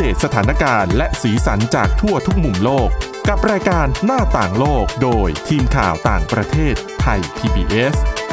ตสถานการณ์และสีสันจากทั่วทุกมุมโลกกับรายการหน้าต่างโลกโดยทีมข่าวต่างประเทศไทย PBS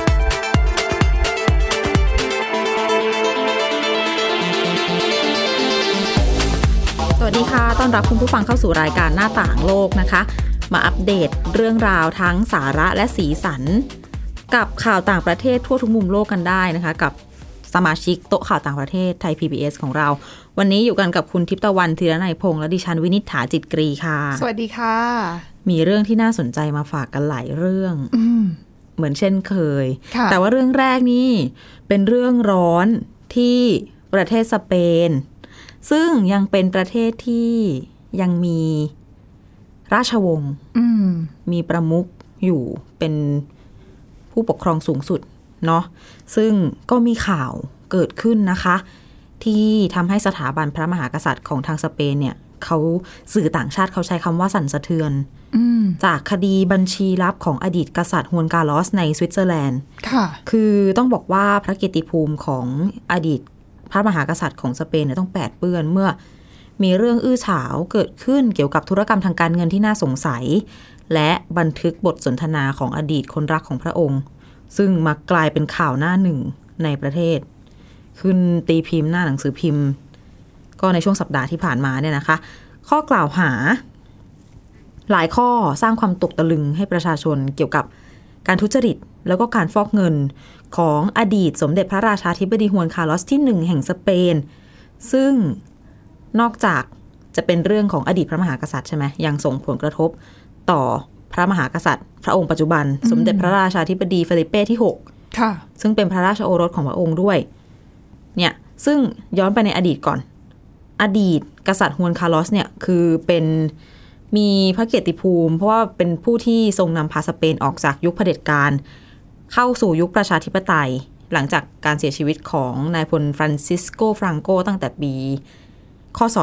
สวัสดีค่ะต้อนรับคุณผู้ฟังเข้าสู่รายการหน้าต่างโลกนะคะมาอัปเดตเรื่องราวทั้งสาระและสีสันกับข่าวต่างประเทศทั่วทุกมุมโลกกันได้นะคะกับสมาชิกโต๊ะข่าวต่างประเทศไทย PBS ของเราวันนี้อยู่กันกับคุณทิพย์ตะวันธีรนัยพงษ์และดิฉันวินิษฐาจิตกรีค่ะสวัสดีค่ะมีเรื่องที่น่าสนใจมาฝากกันหลายเรื่องเหมือนเช่นเคยแต่ว่าเรื่องแรกนี่เป็นเรื่องร้อนที่ประเทศสเปนซึ่งยังเป็นประเทศที่ยังมีราชวงศ์มีประมุขอยู่เป็นผู้ปกครองสูงสุดเนาะซึ่งก็มีข่าวเกิดขึ้นนะคะที่ทำให้สถาบันพระมหากษัตริย์ของทางสเปนเนี่ยเขาสื่อต่างชาติเขาใช้คำว่าสั่นสะเทือนจากคดีบัญชีลับของอดีตกษัตริย์ฮวนการ์ลอสในสวิตเซอร์แลนด์คือต้องบอกว่าพระเกียรติภูมิของอดีตพระมหากษัตริย์ของสเปนเนี่ยต้องแปดเปื้อนเมื่อมีเรื่องอื้อฉาวเกิดขึ้นเกี่ยวกับธุรกรรมทางการเงินที่น่าสงสัยและบันทึกบทสนทนาของอดีตคนรักของพระองค์ซึ่งมากลายเป็นข่าวหน้าหนึ่งในประเทศขึ้นตีพิมพ์หน้าหนังสือพิมพ์ก็ในช่วงสัปดาห์ที่ผ่านมาเนี่ยนะคะข้อกล่าวหาหลายข้อสร้างความตกตะลึงให้ประชาชนเกี่ยวกับการทุจริตแล้วก็การฟอกเงินของอดีตสมเด็จพระราชาธิบดีฮวนคาร์ลอสที่1แห่งสเปนซึ่งนอกจากจะเป็นเรื่องของอดีตพระมหากษัตริย์ใช่ไหมยังส่งผลกระทบต่อพระมหากษัตริย์พระองค์ปัจจุบันสมเด็จพระราชาธิบดีเฟลิเป้ที่6ค่ะซึ่งเป็นพระราชโอรสของพระองค์ด้วยเนี่ยซึ่งย้อนไปในอดีตก่อนอดีตกษัตริย์ฮวนคาร์ลอสเนี่ยคือเป็นมีพระเกียรติภูมิเพราะว่าเป็นผู้ที่ทรงนำพาสเปนออกจากยุคเผด็จการเข้าสู่ยุคประชาธิปไตยหลังจากการเสียชีวิตของนายพลฟรานซิสโกฟรานโกตั้งแต่ปีค.ศ.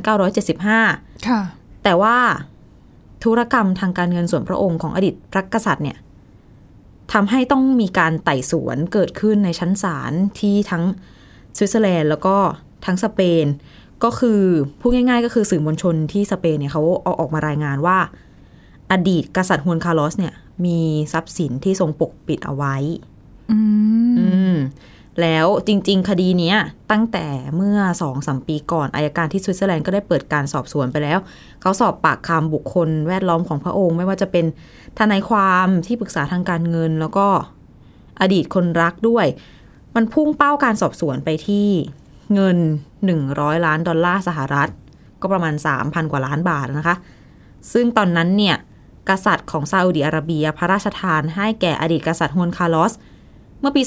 1975ค่ะแต่ว่าธุรกรรมทางการเงินส่วนพระองค์ของอดีตพระกษัตริย์เนี่ยทำให้ต้องมีการไต่สวนเกิดขึ้นในชั้นศาลที่ทั้งสวิตเซอร์แลนด์แล้วก็ทั้งสเปนก็คือพูดง่ายๆก็คือสื่อมวลชนที่สเปนเนี่ยเขาเอาออกมารายงานว่าอดีตกษัตริย์ฮวนคาร์ลอสเนี่ยมีทรัพย์สินที่ทรงปกปิดเอาไว้แล้วจริงๆคดีนี้ตั้งแต่เมื่อ 2-3 ปีก่อนอัยการที่สวิตเซอร์แลนด์ก็ได้เปิดการสอบสวนไปแล้วเขาสอบปากคำบุคคลแวดล้อมของพระองค์ไม่ว่าจะเป็นทนายความที่ปรึกษาทางการเงินแล้วก็อดีตคนรักด้วยมันพุ่งเป้าการสอบสวนไปที่เงิน$100 ล้านสหรัฐก็ประมาณ 3,000 กว่าล้านบาทนะคะซึ่งตอนนั้นเนี่ยกษัตริย์ของซาอุดิอาระเบียพระราชทานให้แก่อดีตกษัตริย์ฮวนคาร์ลอสเมื่อปี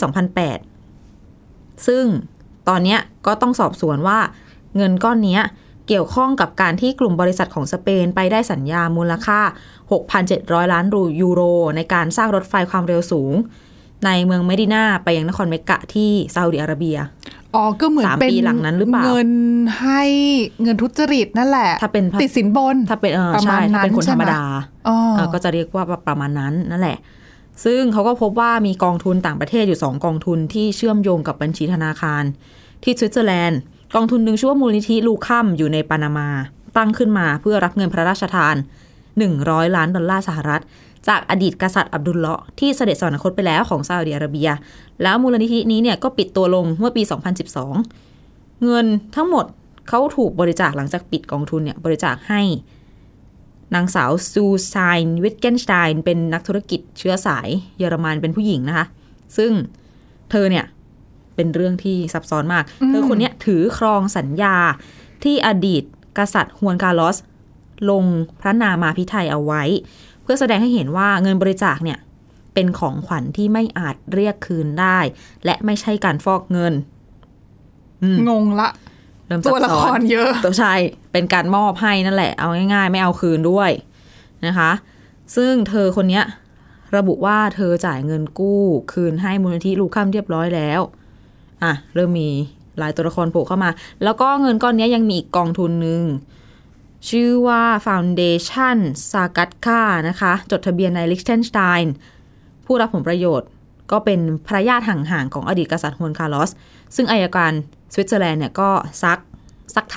2008ซึ่งตอนนี้ก็ต้องสอบสวนว่าเงินก้อนนี้เกี่ยวข้องกับการที่กลุ่มบริษัทของสเปนไปได้สัญญามูลค่า 6,700 ล้านยูโรในการสร้างรถไฟความเร็วสูงในเมืองเมดินาไปยังนครเมกกะที่ซาอุดิอาระเบียก็เหมือนเป็น 3 ปีหลังนั้นหรือเปล่าเงินให้เงินทุจริตนั่นแหละถ้าเป็นติดสินบนถ้าเป็นใช่ถ้าเป็นคนธรรมดาก็จะเรียกว่าประมาณนั้นนั่นแหละซึ่งเขาก็พบว่ามีกองทุนต่างประเทศอยู่2กองทุนที่เชื่อมโยงกับบัญชีธนาคารที่สวิตเซอร์แลนด์กองทุนหนึ่งชื่อว่ามูลนิธิลูคัมอยู่ในปานามาตั้งขึ้นมาเพื่อรับเงินพระราชทาน$100 ล้านสหรัฐจากอดีตกษัตริย์อับดุลเลาะห์ที่เสด็จสวรรคตไปแล้วของซาอุดิอาระเบียแล้วมูลนิธินี้เนี่ยก็ปิดตัวลงเมื่อปี 2012 เงินทั้งหมดเขาถูกบริจาคหลังจากปิดกองทุนเนี่ยบริจาคให้นางสาวซูซายน์วิทเกนสไตน์เป็นนักธุรกิจเชื้อสายเยอรมันเป็นผู้หญิงนะคะซึ่งเธอเนี่ยเป็นเรื่องที่ซับซ้อนมากเธอคนนี้ถือครองสัญญาที่อดีตกษัตริย์ฮวนคาร์ลอสลงพระนามาภิไธยเอาไว้เพื่อแสดงให้เห็นว่าเงินบริจาคเนี่ยเป็นของขวัญที่ไม่อาจเรียกคืนได้และไม่ใช่การฟอกเงินงงละตัวละครเยอะตัวใช่เป็นการมอบให้นั่นแหละเอาง่ายๆไม่เอาคืนด้วยนะคะซึ่งเธอคนนี้ระบุว่าเธอจ่ายเงินกู้คืนให้มูลนิธิลูคัมเรียบร้อยแล้วเริ่มมีหลายตัวละครโผล่เข้ามาแล้วก็เงินก้อนนี้ยังมีอีกกองทุนนึงชื่อว่า Foundation Sagatka นะคะจดทะเบียนในลิชเทนสไตน์ผู้รับผลประโยชน์ก็เป็นภรรยาห่างๆของอดีตกษัตริย์ฮวนคาร์ลอสซึ่งอัยการสวิตเซอร์แลนด์เนี่ยก็ซักถาม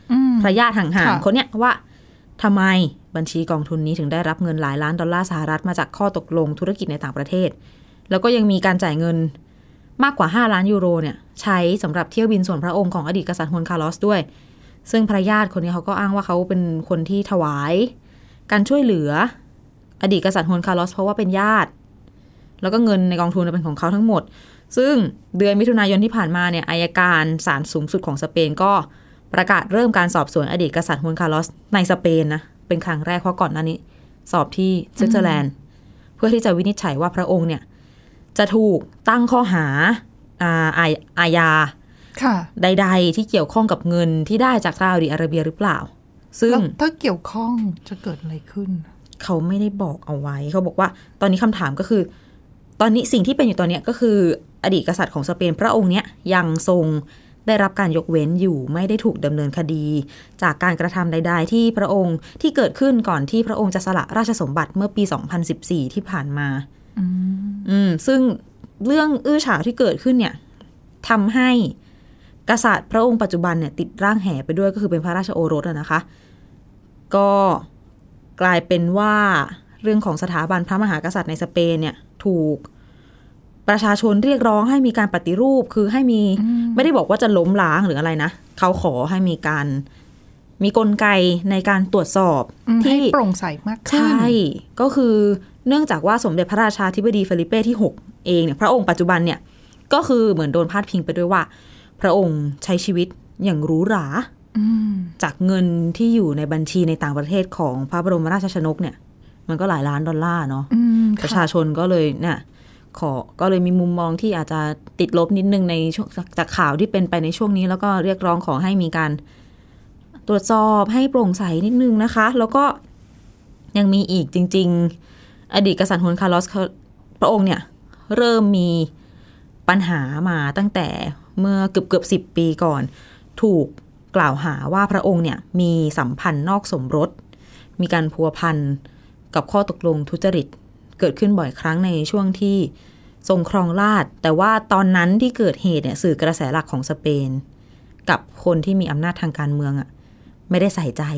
พระญาติห่างๆคนเนี้ยว่าทำไมบัญชีกองทุนนี้ถึงได้รับเงินหลายล้านดอลลาร์สหรัฐมาจากข้อตกลงธุรกิจในต่างประเทศแล้วก็ยังมีการจ่ายเงินมากกว่า5 ล้านยูโรเนี่ยใช้สำหรับเที่ยวบินส่วนพระองค์ของอดีตกษัตริย์ฮวนคาร์ลอสด้วยซึ่งพระญาติคนนี้เขาก็อ้างว่าเขาเป็นคนที่ถวายการช่วยเหลืออดีตกษัตริย์ฮวนคาร์ลอสเพราะว่าเป็นญาติแล้วก็เงินในกองทุนเป็นของเขาทั้งหมดซึ่งเดือนมิถุนายนที่ผ่านมาเนี่ยอัยการศาลสูงสุดของสเปนก็ประกาศเริ่มการสอบสวนอดีตกษัตริย์ฮวนคาร์ลอสในสเปนนะเป็นครั้งแรกเพราะก่อนหน้านี้สอบที่สวิตเซอร์แลนด์เพื่อที่จะวินิจฉัยว่าพระองค์เนี่ยจะถูกตั้งข้อหาอาญาใดๆที่เกี่ยวข้องกับเงินที่ได้จากซาอุดิอาระเบียหรือเปล่าซึ่งถ้าเกี่ยวข้องจะเกิดอะไรขึ้นเขาไม่ได้บอกเอาไว้เขาบอกว่าตอนนี้คำถามก็คือตอนนี้สิ่งที่เป็นอยู่ตอนนี้ก็คืออดีตกษัตริย์ของสเปนพระองค์เนี้ยยังทรงได้รับการยกเว้นอยู่ไม่ได้ถูกดำเนินคดีจากการกระทำใดๆที่พระองค์ที่เกิดขึ้นก่อนที่พระองค์จะสละราชสมบัติเมื่อปี2014ที่ผ่านมาซึ่งเรื่องอื้อฉาวที่เกิดขึ้นเนี่ยทำให้กษัตริย์พระองค์ปัจจุบันเนี่ยติดร่างแห่ไปด้วยก็คือเป็นพระราชโอรสนะคะก็กลายเป็นว่าเรื่องของสถาบันพระมหากษัตริย์ในสเปนเนี่ยถูกประชาชนเรียกร้องให้มีการปฏิรูปคือให้มีไม่ได้บอกว่าจะล้มล้างหรืออะไรนะเขาขอให้มีกลไกในการตรวจสอบที่โปร่งใสมากขึ้นใช่ก็คือเนื่องจากว่าสมเด็จพระราชาธิบดีเฟลิเป้ที่6เองเนี่ยพระองค์ปัจจุบันเนี่ยก็คือเหมือนโดนพาดพิงไปด้วยว่าพระองค์ใช้ชีวิตอย่างหรูหราจากเงินที่อยู่ในบัญชีในต่างประเทศของพระบรมราชชนกเนี่ยมันก็หลายล้านดอลลาร์เนาะประชาชนก็เลยเนี่ยก็เลยมีมุมมองที่อาจจะติดลบนิดนึงในจากข่าวที่เป็นไปในช่วงนี้แล้วก็เรียกร้องขอให้มีการตรวจสอบให้โปร่งใสนิดนึงนะคะแล้วก็ยังมีอีกจริงๆอดีตกษัตริย์ฮวนคาร์ลอสพระองค์เนี่ยเริ่มมีปัญหามาตั้งแต่เมื่อเกือบ10 ปีก่อนถูกกล่าวหาว่าพระองค์เนี่ยมีสัมพันธ์นอกสมรสมีการพัวพันกับข้อตกลงทุจริตเกิดขึ้นบ่อยครั้งในช่วงที่ทรงครองราชย์แต่ว่าตอนนั้นที่เกิดเหตุเนี่ยสื่อกระแสหลักของสเปนกับคนที่มีอำนาจทางการเมืองอ่ะไม่ได้ใส่ใจ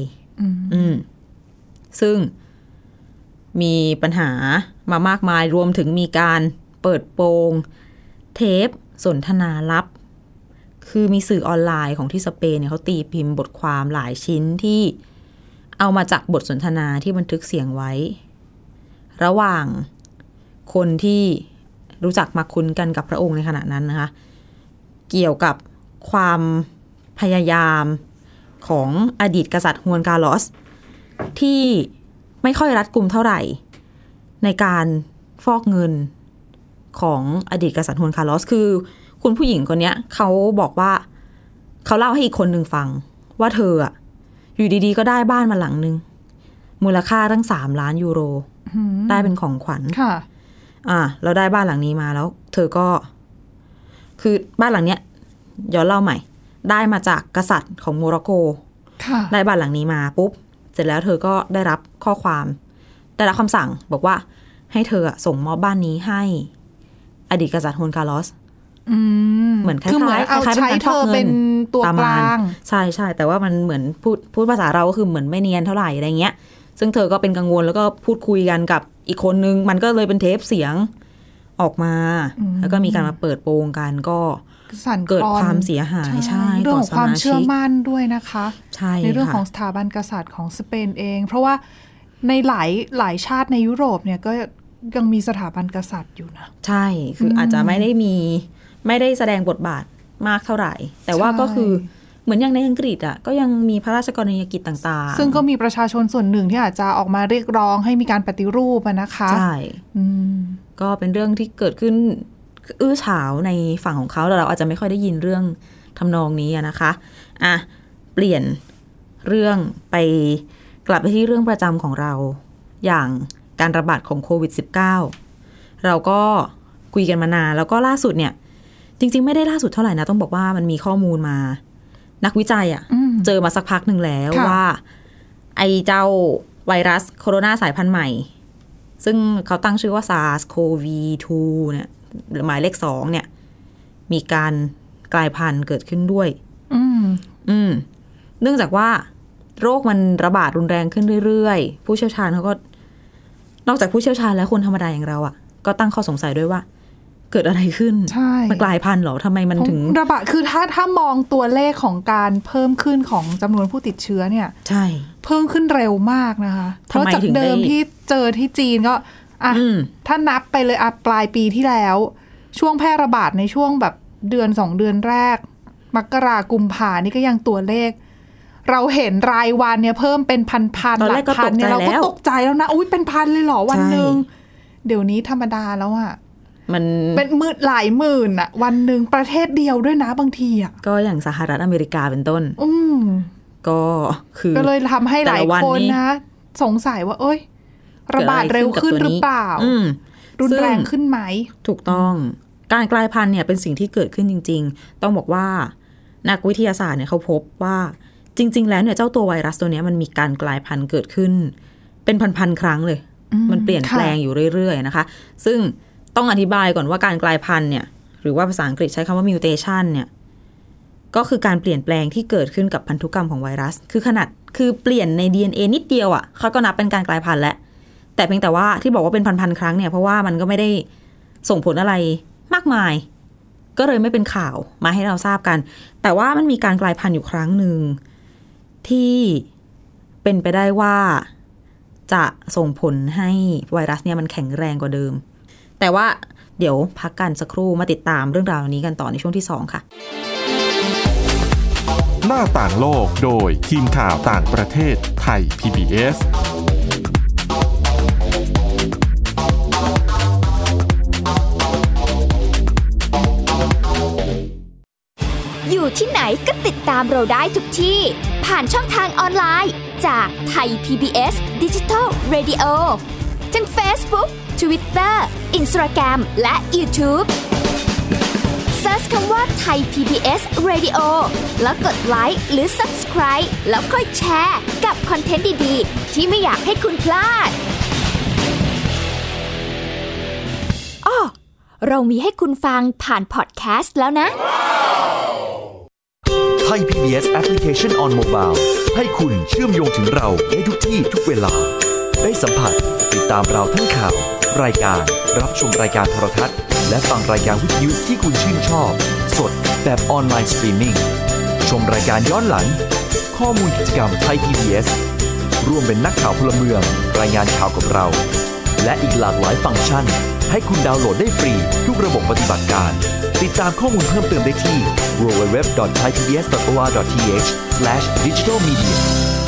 ซึ่งมีปัญหามามากมายรวมถึงมีการเปิดโปงเทปสนทนาลับคือมีสื่อออนไลน์ของที่สเปนเนี่ยเขาตีพิมพ์บทความหลายชิ้นที่เอามาจากบทสนทนาที่บันทึกเสียงไว้ระหว่างคนที่รู้จักมักคุ้นกันกับพระองค์ในขณะนั้นนะคะเกี่ยวกับความพยายามของอดีตกษัตริย์ฮวนคาร์ลอสที่ไม่ค่อยรัดกุมเท่าไหร่ในการฟอกเงินของอดีตกษัตริย์ฮวนคาร์ลอสคือคุณผู้หญิงคนนี้เขาบอกว่าเขาเล่าให้อีกคนหนึ่งฟังว่าเธออะอยู่ดีๆก็ได้บ้านมาหลังนึงมูลค่าตั้ง3 ล้านยูโรได้เป็นของขวัญค่ะเราได้บ้านหลังนี้มาแล้วเธอก็คือบ้านหลังเนี้ยย้อนเล่าใหม่ได้มาจากกษัตริย์ของโมร็อกโกได้บ้านหลังนี้มาปุ๊บเสร็จแล้วเธอก็ได้รับข้อความได้รับคำสั่งบอกว่าให้เธอส่งมอบบ้านนี้ให้อดีตกษัตริย์ฮวนคาร์ลอสเหมือนคล้ายๆเอาใช้เธอเป็นตัวกลางใช่ใช่แต่ว่ามันเหมือนพูดภาษาเราก็คือเหมือนไม่เนียนเท่าไหร่อะไรเงี้ยซึ่งเธอก็เป็นกังวลแล้วก็พูดคุยกันกับอีกคนนึงมันก็เลยเป็นเทปเสียงออกมาแล้วก็มีการมาเปิดโปงกันก็เกิดความเสียหายใช่เรื่องของความเชื่อมั่นด้วยนะคะใช่ในเรื่องของสถาบันกษัตริย์ของสเปนเองเพราะว่าในหลายชาติในยุโรปเนี่ยก็ยังมีสถาบันกษัตริย์อยู่นะใช่คืออาจจะไม่ได้แสดงบทบาทมากเท่าไหร่แต่ว่าก็คือเหมือนอย่างในอังกฤษก็ยังมีพระราชกรณียกิจต่างๆซึ่งก็มีประชาชนส่วนหนึ่งที่อาจจะออกมาเรียกร้องให้มีการปฏิรูปนะคะใช่ก็เป็นเรื่องที่เกิดขึ้นอื้อฉาวในฝั่งของเขาแต่เราอาจจะไม่ค่อยได้ยินเรื่องทำนองนี้นะคะเปลี่ยนเรื่องไปกลับไปที่เรื่องประจำของเราอย่างการระบาดของโควิด -19 เราก็คุยกันมานานแล้วก็ล่าสุดเนี่ยจริงๆไม่ได้ล่าสุดเท่าไหร่นะต้องบอกว่ามันมีข้อมูลมานักวิจัยเจอมาสักพักหนึ่งแล้วว่าไอ้เจ้าไวรัสโคโรนาสายพันธุ์ใหม่ซึ่งเขาตั้งชื่อว่า SARS-CoV-2 เนี่ยหมายเลข2เนี่ยมีการกลายพันธุ์เกิดขึ้นด้วยเนื่องจากว่าโรคมันระบาดรุนแรงขึ้นเรื่อยๆผู้เชี่ยวชาญเขาก็นอกจากผู้เชี่ยวชาญแล้วคนธรรมดาอย่างเราก็ตั้งข้อสงสัยด้วยว่าเกิดอะไรขึ้นมันกลายพันธุ์เหรอทำไมมันถึงระบาดคือถ้ามองตัวเลขของการเพิ่มขึ้นของจำนวนผู้ติดเชื้อเนี่ยใช่เพิ่มขึ้นเร็วมากนะคะเพราะจากเดิมที่เจอที่จีนก็ถ้านับไปเลยปลายปีที่แล้วช่วงแพร่ระบาดในช่วงแบบเดือน2 เดือนแรกมกรากุมภานี่ก็ยังตัวเลขเราเห็นรายวันเนี่ยเพิ่มเป็นพันๆหลักพันเนี่ยเราก็ตกใจแล้วนะอุ๊ยเป็นพันเลยเหรอวันนึงเดี๋ยวนี้ธรรมดาแล้วมันเป็นหลายหมื่นวันหนึ่งประเทศเดียวด้วยนะบางทีก็อย่างสหรัฐอเมริกาเป็นต้นก็คือก็เลยทำให้หลายคนนะสงสัยว่าเอ้ยระบาดเร็วขึ้นหรือเปล่ารุนแรงขึ้นไหมถูกต้องการกลายพันธุ์เนี่ยเป็นสิ่งที่เกิดขึ้นจริงๆต้องบอกว่านักวิทยาศาสตร์เนี่ยเขาพบว่าจริงๆแล้วเนี่ยเจ้าตัวไวรัสตัวนี้มันมีการกลายพันธุ์เกิดขึ้นเป็นพันๆครั้งเลยมันเปลี่ยนแปลงอยู่เรื่อยๆนะคะซึ่งต้องอธิบายก่อนว่าการกลายพันธุ์เนี่ยหรือว่าภาษาอังกฤษใช้คำว่า mutation เนี่ยก็คือการเปลี่ยนแปลงที่เกิดขึ้นกับพันธุกรรมของไวรัสคือเปลี่ยนใน DNA นิดเดียวเขาก็นับเป็นการกลายพันธุ์แล้วแต่เพียงแต่ว่าที่บอกว่าเป็นพันๆครั้งเนี่ยเพราะว่ามันก็ไม่ได้ส่งผลอะไรมากมายก็เลยไม่เป็นข่าวมาให้เราทราบกันแต่ว่ามันมีการกลายพันธุ์อยู่ครั้งหนึ่งที่เป็นไปได้ว่าจะส่งผลให้ไวรัสเนี่ยมันแข็งแรงกว่าเดิมแต่ว่าเดี๋ยวพักกันสักครู่มาติดตามเรื่องราวนี้กันต่อในช่วงที่2ค่ะหน้าต่างโลกโดยทีมข่าวต่างประเทศไทย PBS อยู่ที่ไหนก็ติดตามเราได้ทุกที่ผ่านช่องทางออนไลน์จากไทย PBS Digital Radio ทั้ง Facebook Twitter Instagram และ YouTube Search คำว่าไทย PBS Radio แล้วกดไลค์หรือ Subscribe แล้วค่อยแชร์กับคอนเทนต์ดีๆที่ไม่อยากให้คุณพลาดอ้อเรามีให้คุณฟังผ่านพอดแคสต์แล้วนะไทย PBS Application on Mobile ให้คุณเชื่อมโยงถึงเราได้ทุกที่ทุกเวลาได้สัมผัสติดตามเราทั้งข่าวรายการรับชมรายการโทรทัศน์และฟังรายการวิทยุที่คุณชื่นชอบสดแบบออนไลน์สตรีมมิ่งชมรายการย้อนหลังข้อมูลกิจกรรมไทย PBS ร่วมเป็นนักข่าวพลเมืองรายงานข่าวกับเราและอีกหลากหลายฟังก์ชันให้คุณดาวน์โหลดได้ฟรีทุกระบบปฏิบัติการติดตามข้อมูลเพิ่มเติมได้ที่ www.thaipbs.or.th/digitalmedia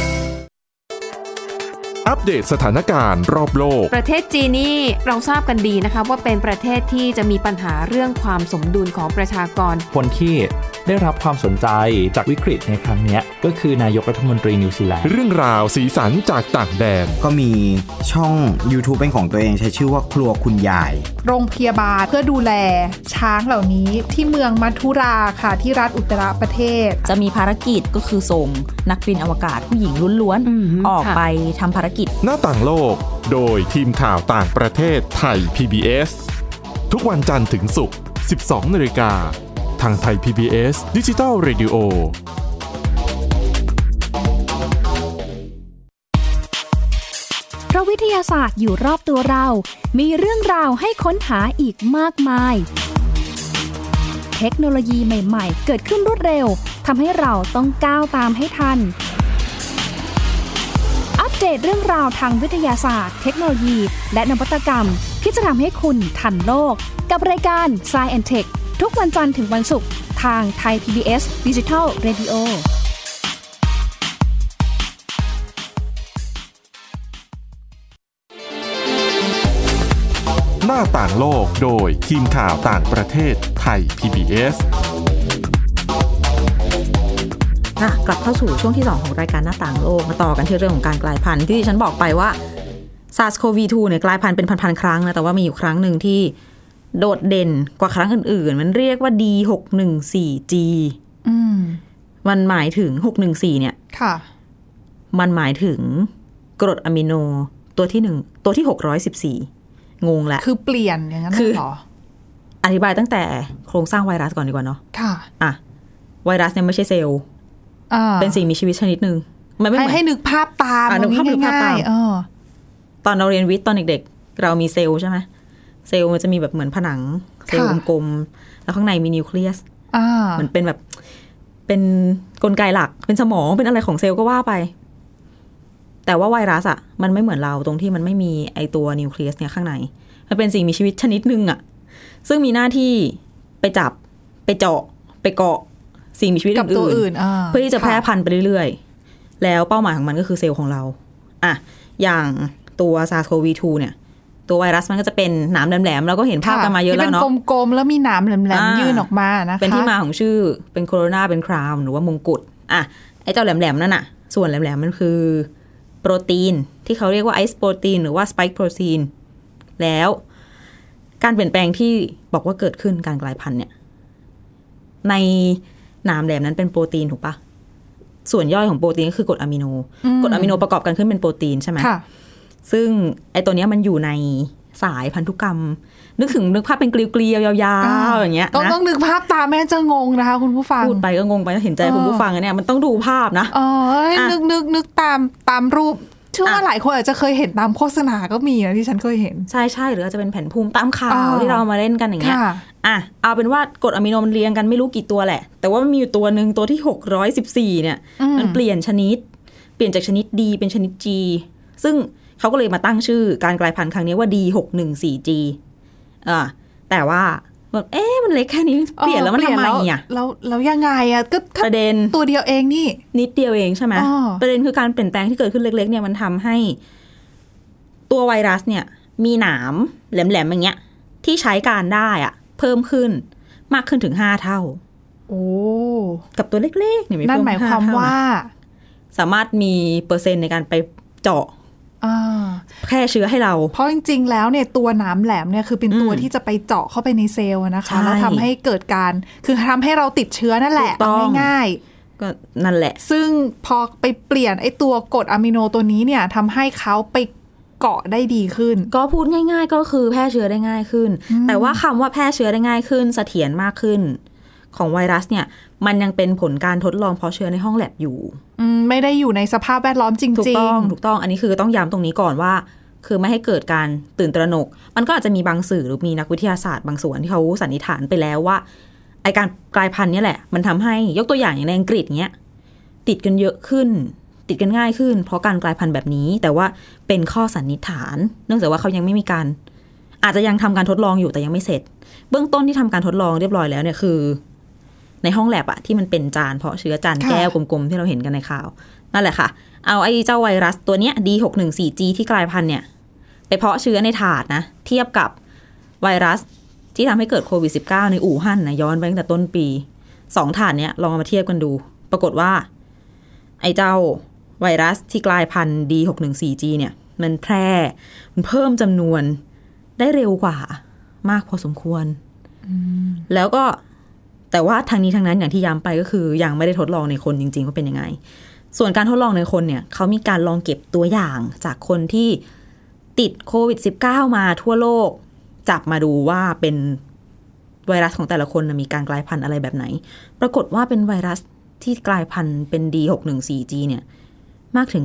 อัปเดตสถานการณ์รอบโลกประเทศจีนนี่เราทราบกันดีนะคะว่าเป็นประเทศที่จะมีปัญหาเรื่องความสมดุลของประชากรคนที่ได้รับความสนใจจากวิกฤตในครั้งนี้ก็คือนายกรัฐมนตรีนิวซีแลนด์เรื่องราวสีสันจากต่างแดนก็มีช่อง YouTube เป็นของตัวเองใช้ชื่อว่าครัวคุณยายโรงพยาบาลเพื่อดูแลช้างเหล่านี้ที่เมืองมัทุราค่ะที่รัฐอุตตรประเทศจะมีภารกิจก็คือส่งนักบินอวกาศผู้หญิงล้วนๆออกไปทำภารกิจหน้าต่างโลกโดยทีมข่าวต่างประเทศไทย PBS ทุกวันจันทร์ถึงศุกร์ 12:00 น.ทางไทย PBS Digital Radio เพราะวิทยาศาสตร์อยู่รอบตัวเรามีเรื่องราวให้ค้นหาอีกมากมายเทคโนโลยีใหม่ๆเกิดขึ้นรวดเร็วทำให้เราต้องก้าวตามให้ทันอัปเดตเรื่องราวทางวิทยาศาสตร์เทคโนโลยีและนวัตกรรมที่จะทำให้คุณทันโลกกับรายการ Science and Tech ทุกวันจันทร์ถึงวันศุกร์ทางไทย PBS Digital Radio หน้าต่างโลกโดยทีมข่าวต่างประเทศไทย PBS กลับเข้าสู่ช่วงที่2ของรายการหน้าต่างโลกมาต่อกันที่เรื่องของการกลายพันธุ์ที่ฉันบอกไปว่า SARS-CoV-2 เนี่ยกลายพันธุ์เป็นพันๆครั้งนะแต่ว่ามีอยู่ครั้งหนึ่งที่โดดเด่นกว่าครั้งอื่นๆมันเรียกว่า D614G มันหมายถึง614เนี่ยค่ะมันหมายถึงกรดอะมิโนตัวที่614งงแหละคือเปลี่ยนอย่างนั้นเหรออธิบายตั้งแต่โครงสร้างไวรัสก่อนดีกว่าเนาะค่ะไวรัสเนี่ยไม่ใช่เซลล์เป็นสิ่งมีชีวิตชนิดนึงมันไม่ให้นึกภาพตามนึกภาพง่ายๆตอนเราเรียนวิทย์ตอนเด็กๆเรามีเซลล์ใช่ไหมเซลล์มันจะมีแบบเหมือนผนังเซลล์กลมๆแล้วข้างในมีนิวเคลียสเหมือนเป็นแบบเป็นกลไกหลักเป็นสมองเป็นอะไรของเซลล์ก็ว่าไปแต่ว่าไวรัสอะมันไม่เหมือนเราตรงที่มันไม่มีไอตัวนิวเคลียสเนี่ยข้างในมันเป็นสิ่งมีชีวิตชนิดนึงอะซึ่งมีหน้าที่ไปจับไปเจาะไปเกาะสิ่งมีชีวิตอื่นเพื่อที่จะแพร่พันธุ์ไปเรื่อยๆแล้วเป้าหมายของมันก็คือเซลล์ของเราอะอย่างตัว SARS-CoV-2 เนี่ยตัวไวรัสมันก็จะเป็นหนามแหลมๆเราก็เห็นภาพกันมาเยอะแล้วเนาะเป็นกลมๆแล้วมีหนามแหลมๆยื่นออกมานะคะเป็นที่มาของชื่อเป็นโคโรนาเป็นคราวน์หรือว่ามงกุฎอ่ะไอ้เจ้าแหลมๆนั่นน่ะส่วนแหลมๆมันคือโปรตีนที่เขาเรียกว่าไอซ์โปรตีนหรือว่าสไปค์โปรตีนแล้วการเปลี่ยนแปลงที่บอกว่าเกิดขึ้นการกลายพันธุ์เนี่ยในหนามแหลมนั้นเป็นโปรตีนถูกปะส่วนย่อยของโปรตีนก็คือกรดอะมิโนกรดอะมิโนประกอบกันขึ้นเป็นโปรตีนใช่ไหมซึ่งไอ้ตัวนี้มันอยู่ในสายพันธุกรรมนึกภาพเป็นเกลียวๆยาวๆอย่างเงี้ยต้องนึกภาพตามแม่จะงงนะคะคุณผู้ฟังพูดไปก็งงไปเห็นใจคุณผู้ฟังเนี่ยมันต้องดูภาพนะนึกตามรูปเชื่อว่าหลายคนอาจจะเคยเห็นตามโฆษณาก็มีนะที่ฉันเคยเห็นใช่หรืออาจจะเป็นแผ่นภูมิตามข่าวที่เรามาเล่นกันอย่างเงี้ยเอาเป็นว่ากรดอะมิโนมันเรียงกันไม่รู้กี่ตัวแหละแต่ว่ามันมีอยู่ตัวนึงตัวที่614เนี่ยมันเปลี่ยนชนิดเปลี่ยนจากชนิด D เป็นชนิด G ซึ่งเขาก็เลยมาตั้งชื่อการกลายพันธุ์ครั้งนี้ว่า D614G แต่ว่ามันเล็กแค่นี้เปลี่ยนแล้วมันทำไมอ่ะแล้วยังไงอ่ะก็ประเด็นตัวเดียวเองนี่นิดเดียวเองใช่ไหมประเด็นคือการเปลี่ยนแปลงที่เกิดขึ้นเล็กๆเนี่ยมันทำให้ตัวไวรัสเนี่ยมีหนามแหลมๆอย่างเงี้ยที่ใช้การได้อ่ะเพิ่มขึ้นมากขึ้นถึง5เท่าโอ้กับตัวเล็กๆเนี่ยนั่นหมายความว่าสามารถมีเปอร์เซ็นต์ในการไปเจาะแค่เชื้อให้เราเพราะจริงๆแล้วเนี่ยตัวหนามแหลมเนี่ยคือเป็นตัวที่จะไปเจาะเข้าไปในเซลล์นะคะแล้วทำให้เกิดการคือทำให้เราติดเชื้อนั่นแหละง่ายๆก็นั่นแหละซึ่งพอไปเปลี่ยนไอ้ตัวกรดอะมิโนตัวนี้เนี่ยทำให้เขาไปเกาะได้ดีขึ้นก็พูดง่ายๆก็คือแพร่เชื้อได้ง่ายขึ้นแต่ว่าคำว่าแพร่เชื้อได้ง่ายขึ้นเสถียรมากขึ้นของไวรัสเนี่ยมันยังเป็นผลการทดลองเพาะเชื้อในห้องแลบอยู่ไม่ได้อยู่ในสภาพแวดล้อมจริงๆถูกต้องอันนี้คือต้องย้ำตรงนี้ก่อนว่าคือไม่ให้เกิดการตื่นตระหนกมันก็อาจจะมีบางสื่อหรือมีนักวิทยาศาสตร์บางส่วนที่เขาสันนิษฐานไปแล้วว่าไอการกลายพันธุ์นี่แหละมันทำให้ยกตัวอย่างในอังกฤษเนี้ยติดกันเยอะขึ้นติดกันง่ายขึ้นเพราะการกลายพันธุ์แบบนี้แต่ว่าเป็นข้อสันนิษฐานเนื่องจากว่าเขายังไม่มีการอาจจะยังทำการทดลองอยู่แต่ยังไม่เสร็จเบื้องต้นที่ทำการทดลองเรียบร้อยแล้วเนี่ยคือในห้องแลบอะที่มันเป็นจานเพาะเชื้อจานแก้วกลมๆที่เราเห็นกันในข่าวนั่นแหละค่ะเอาไอ้เจ้าไวรัสตัวเนี้ย D614G ที่กลายพันธุ์เนี่ยไปเพาะเชื้อในถาดนะเทียบกับไวรัสที่ทำให้เกิดโควิด -19 ในอู่ฮั่นนะย้อนไปตั้งแต่ต้นปี2ถาดเนี้ยลองมาเทียบกันดูปรากฏว่าไอ้เจ้าไวรัสที่กลายพันธุ์ D614G เนี่ยมันแพร่มันเพิ่มจำนวนได้เร็วกว่ามากพอสมควรแล้วก็แต่ว่าทางนี้ทางนั้นอย่างที่ย้ำไปก็คือยังไม่ได้ทดลองในคนจริงๆว่าเป็นยังไงส่วนการทดลองในคนเนี่ยเขามีการลองเก็บตัวอย่างจากคนที่ติดโควิด -19 มาทั่วโลกจับมาดูว่าเป็นไวรัสของแต่ละคนมีการกลายพันธุ์อะไรแบบไหนปรากฏว่าเป็นไวรัสที่กลายพันธุ์เป็น D614G เนี่ยมากถึง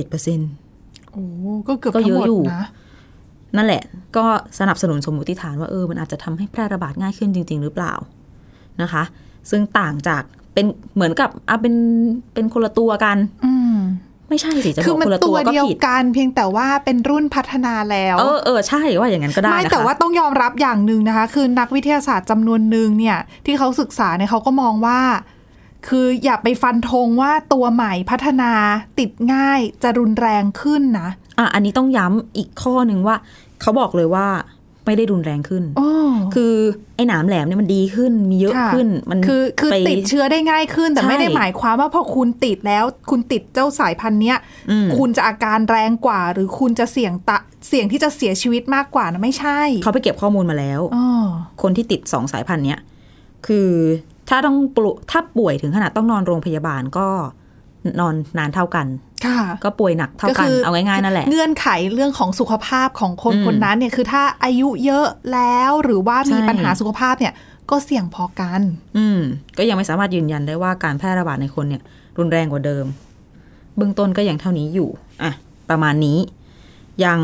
97% โอ้ก็เกือบทั้งหมดนะนั่นแหละก็สนับสนุนสมมติฐานว่ามันอาจจะทำให้แพร่ระบาดง่ายขึ้นจริงๆหรือเปล่านะคะซึ่งต่างจากเป็นเหมือนกับเป็นคนละตัวกันไม่ใช่สิจะบอกคนละตัวก็ผิดคือมันตัวเดียวกันเพียงแต่ว่าเป็นรุ่นพัฒนาแล้วใช่ว่าอย่างนั้นก็ได้ไม่แต่ว่าต้องยอมรับอย่างนึงนะคะคือนักวิทยาศาสตร์จำนวนนึงเนี่ยที่เขาศึกษาเนี่ยเขาก็มองว่าคืออย่าไปฟันธงว่าตัวใหม่พัฒนาติดง่ายจะรุนแรงขึ้นนะอันนี้ต้องย้ำอีกข้อนึงว่าเขาบอกเลยว่าไม่ได้รุนแรงขึ้นคือไอ้หนามแหลมเนี่ยมันดีขึ้นมีเยอะขึ้นมันคือติดเชื้อได้ง่ายขึ้นแต่ไม่ได้หมายความว่าพอคุณติดแล้วคุณติดเจ้าสายพันธุ์เนี้ยคุณจะอาการแรงกว่าหรือคุณจะเสี่ยงที่จะเสียชีวิตมากกว่านะไม่ใช่เขาไปเก็บข้อมูลมาแล้วคนที่ติด2สายพันธุ์เนี้ยคือถ้าป่วยถึงขนาดต้องนอนโรงพยาบาลก็นอนนานเท่ากันก็ป่วยหนักเท่ากันเอาง่ายๆนั่นแหละเงื่อนไขเรื่องของสุขภาพของคนคนนั้นเนี่ยคือถ้าอายุเยอะแล้วหรือว่ามีปัญหาสุขภาพเนี่ยก็เสี่ยงพอกันก็ยังไม่สามารถยืนยันได้ว่าการแพร่ระบาดในคนเนี่ยรุนแรงกว่าเดิมเบื้องต้นก็ยังเท่านี้อยู่อ่ะประมาณนี้ยัง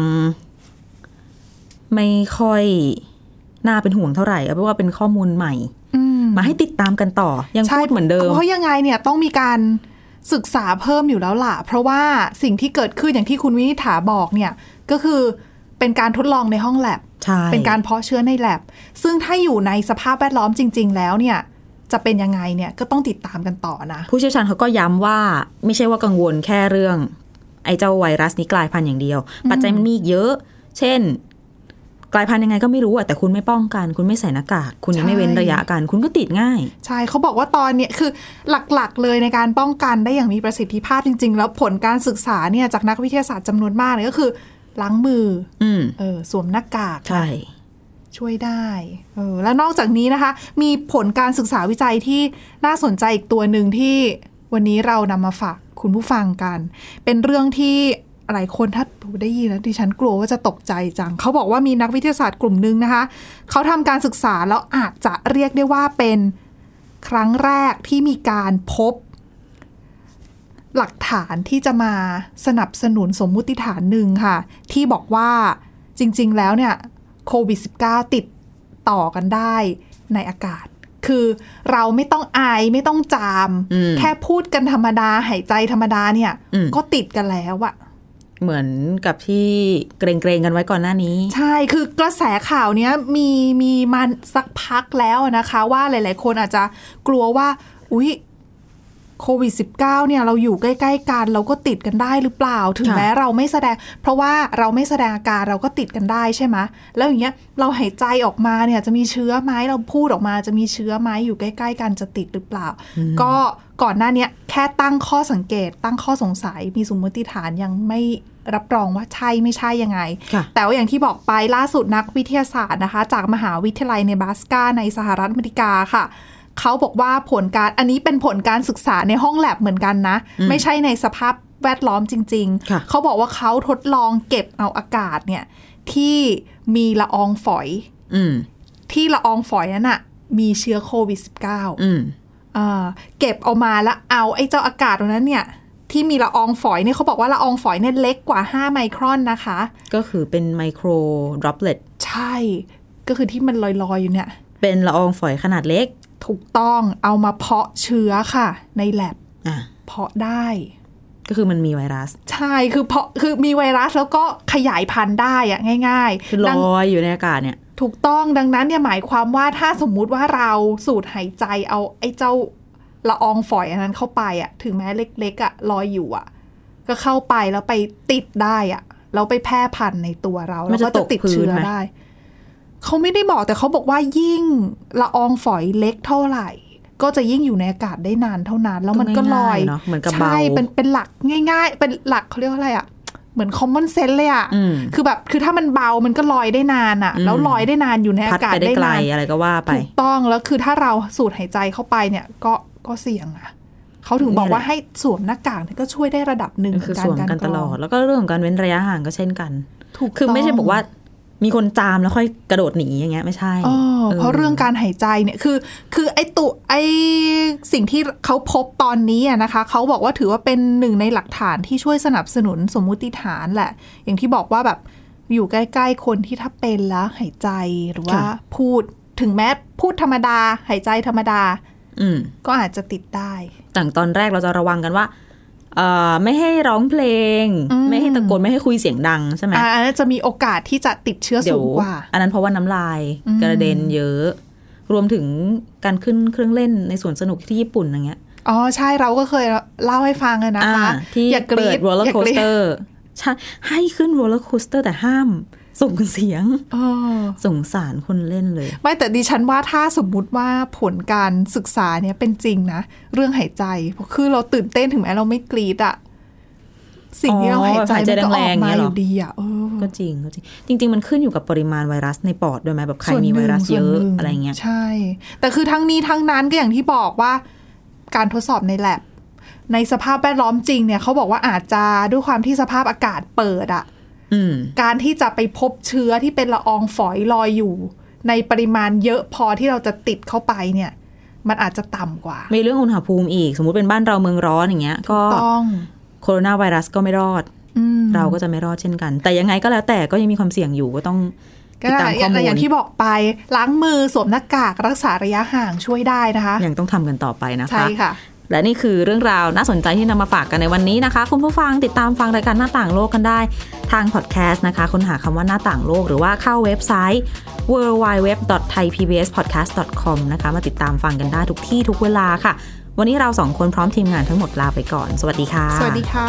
ไม่ค่อยน่าเป็นห่วงเท่าไหร่เพราะว่าเป็นข้อมูลใหม่มาให้ติดตามกันต่อยังพูดเหมือนเดิมเพราะยังไงเนี่ยต้องมีการศึกษาเพิ่มอยู่แล้วล่ะเพราะว่าสิ่งที่เกิดขึ้นอย่างที่คุณวินิษฐาบอกเนี่ยก็คือเป็นการทดลองในห้องแลบเป็นการเพาะเชื้อในแลบซึ่งถ้าอยู่ในสภาพแวดล้อมจริงๆแล้วเนี่ยจะเป็นยังไงเนี่ยก็ต้องติดตามกันต่อนะผู้เชี่ยวชาญเขาก็ย้ำว่าไม่ใช่ว่ากังวลแค่เรื่องไอ้เจ้าไวรัสนี้กลายพันธุ์อย่างเดียวปัจจัยมันมีอีกเยอะเช่นกลายพันธุ์ยังไงก็ไม่รู้แต่คุณไม่ป้องกันคุณไม่ใส่หน้ากากคุณยังไม่เว้นระยะกันคุณก็ติดง่ายใช่เขาบอกว่าตอนนี้คือหลักๆเลยในการป้องกันได้อย่างมีประสิทธิภาพจริงๆแล้วผลการศึกษาเนี่ยจากนักวิทยาศาสตร์จำนวนมากเลยก็คือล้างมือสวมหน้ากากใช่ช่วยได้แล้วนอกจากนี้นะคะมีผลการศึกษาวิจัยที่น่าสนใจอีกตัวหนึ่งที่วันนี้เรานำมาฝากคุณผู้ฟังกันเป็นเรื่องที่หลายคนถ้าได้ยินแล้วดิฉันกลัวว่าจะตกใจจังเขาบอกว่ามีนักวิทยาศาสตร์กลุ่มนึงนะคะเขาทำการศึกษาแล้วอาจจะเรียกได้ว่าเป็นครั้งแรกที่มีการพบหลักฐานที่จะมาสนับสนุนสมมุติฐานหนึ่งค่ะที่บอกว่าจริงๆแล้วเนี่ยโควิด -19 ติดต่อกันได้ในอากาศคือเราไม่ต้องไอไม่ต้องจามแค่พูดกันธรรมดาหายใจธรรมดาเนี่ยก็ติดกันแล้วอะเหมือนกับที่เกรงๆกันไว้ก่อนหน้านี้ใช่คือกระแสข่าวเนี้ยมีมาสักพักแล้วนะคะว่าหลายๆคนอาจจะกลัวว่าอุ๊ยโควิด -19 เนี่ยเราอยู่ใกล้ๆกันเราก็ติดกันได้หรือเปล่าถึงแม้เราไม่แสดงเพราะว่าเราไม่แสดงอาการเราก็ติดกันได้ใช่ไหมแล้วอย่างเงี้ยเราหายใจออกมาเนี่ยจะมีเชื้อไหมเราพูดออกมาจะมีเชื้อไหมอยู่ใกล้ๆกันจะติดหรือเปล่าก็ก่อนหน้านี้แค่ตั้งข้อสังเกตตั้งข้อสงสัยมีสมมติฐานยังไม่รับรองว่าใช่ไม่ใช่ยังไงแต่ว่าอย่างที่บอกไปล่าสุดนักวิทยาศาสตร์นะคะจากมหาวิทยาลัยเนบราสกาในสหรัฐอเมริกาค่ะเขาบอกว่าผลการอันนี้เป็นผลการศึกษาในห้องแลบเหมือนกันนะไม่ใช่ในสภาพแวดล้อมจริงๆเขาบอกว่าเขาทดลองเก็บเอาอากาศเนี่ยที่มีละอองฝอยที่ละอองฝอยนั้นน่ะมีเชื้อโควิด -19 เก็บเอามาแล้วเอาไอ้เจ้าอากาศตรงนั้นเนี่ยที่มีละอองฝอยเนี่ยเขาบอกว่าละอองฝอยเนี่ยเล็กกว่า5ไมครอนนะคะก็คือเป็นไมโครดรอปเลตใช่ก็คือที่มันลอยๆอยู่เนี่ยเป็นละอองฝอยขนาดเล็กถูกต้องเอามาเพาะเชื้อค่ะในแลบเพาะได้ก็คือมันมีไวรัสใช่คือมีไวรัสแล้วก็ขยายพันธุ์ได้อะง่ายๆคือลอยอยู่ในอากาศเนี่ยถูกต้องดังนั้นเนี่ยหมายความว่าถ้าสมมุติว่าเราสูดหายใจเอาไอ้เจ้าละอองฝอยอันนั้นเข้าไปอ่ะถึงแม้เล็กๆอ่ะลอยอยู่อ่ะก็เข้าไปแล้วไปติดได้อ่ะแล้วไปแพร่พันธุ์ในตัวเราแล้วก็จะติดเชื้อได้เขาไม่ได้บอกแต่เขาบอกว่ายิ่งละอองฝอยเล็กเท่าไหร่ก็จะยิ่งอยู่ในอากาศได้นานเท่านั้นแล้วมันก็ลอยใช่เป็นหลักง่ายๆเป็นหลักเขาเรียกว่าอะไรอ่ะเหมือน common sense เลยอ่ะคือถ้ามันเบามันก็ลอยได้นานอ่ะแล้วลอยได้นานอยู่ในอากาศได้นานอะไรก็ว่าไปถูกต้องแล้วคือถ้าเราสูดหายใจเข้าไปเนี่ยก็เสี่ยงอ่ะเขาถึงบอกว่าให้สวมหน้ากากก็ช่วยได้ระดับหนึ่งคือสวมกันตลอดแล้วก็เรื่องของการเว้นระยะห่างก็เช่นกันคือไม่ใช่บอกว่ามีคนจามแล้วค่อยกระโดดหนีอย่างเงี้ยไม่ใช่เพราะเรื่องการหายใจเนี่ยคือไอ้สิ่งที่เขาพบตอนนี้นะคะเขาบอกว่าถือว่าเป็นหนึ่งในหลักฐานที่ช่วยสนับสนุนสมมุติฐานแหละอย่างที่บอกว่าแบบอยู่ใกล้ๆคนที่ถ้าเป็นแล้วหายใจหรือว่าพูดถึงแม้พูดธรรมดาหายใจธรรมดาก็อาจจะติดได้แต่ตอนแรกเราจะระวังกันว่าไม่ให้ร้องเพลงไม่ให้ตะโกนไม่ให้คุยเสียงดังใช่ไหมอันนั้นจะมีโอกาสที่จะติดเชื้อสูงกว่าอันนั้นเพราะว่าน้ำลายกระเด็นเยอะรวมถึงการขึ้นเครื่องเล่นในสวนสนุกที่ญี่ปุ่นอย่างเงี้ยอ๋อใช่เราก็เคยเล่าให้ฟังเลยนะคะที่เปิดโรลเลอร์โคสเตอร์ใช่ให้ขึ้นโรลเลอร์โคสเตอร์แต่ห้ามส่งเสียงสงสารคนเล่นเลยไม่แต่ดิฉันว่าถ้าสมมุติว่าผลการศึกษาเนี่ยเป็นจริงนะเรื่องหายใจคือเราตื่นเต้นถึงแม้เราไม่กรี๊ดอะสิ่งที่เราหายใจมันก็ออกมาอยู่ดีอะก็จริงจริงมันขึ้นอยู่กับปริมาณไวรัสในปอดด้วยไหมแบบใครมีไวรัสเยอะอะไรเงี้ยใช่แต่คือทั้งนี้ทั้งนั้นก็อย่างที่บอกว่าการทดสอบในแลบในสภาพแวดล้อมจริงเนี่ยเขาบอกว่าอาจจะด้วยความที่สภาพอากาศเปิดอะการที่จะไปพบเชื้อที่เป็นละอองฝอยลอยอยู่ในปริมาณเยอะพอที่เราจะติดเข้าไปเนี่ยมันอาจจะต่ำกว่ามีเรื่องอุณหภูมิอีกสมมุติเป็นบ้านเราเมืองร้อนอย่างเงี้ยก็โคโรนาไวรัสก็ไม่รอดเราก็จะไม่รอดเช่นกันแต่ยังไงก็แล้วแต่ก็ยังมีความเสี่ยงอยู่ก็ต้องติดตามข้อมูลอย่างที่บอกไปล้างมือสวมหน้ากากรักษาระยะห่างช่วยได้นะคะยังต้องทำกันต่อไปนะคะใช่ค่ะและนี่คือเรื่องราวน่าสนใจที่นำมาฝากกันในวันนี้นะคะคุณผู้ฟังติดตามฟังรายการหน้าต่างโลกกันได้ทางพอดแคสต์นะคะค้นหาคำว่าหน้าต่างโลกหรือว่าเข้าเว็บไซต์ www.thaipbspodcast.com นะคะมาติดตามฟังกันได้ทุกที่ทุกเวลาค่ะวันนี้เราสองคนพร้อมทีมงานทั้งหมดลาไปก่อนสวัสดีค่ะสวัสดีค่ะ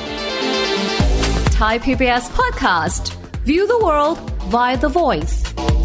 Thai PBS Podcast View the world via the voice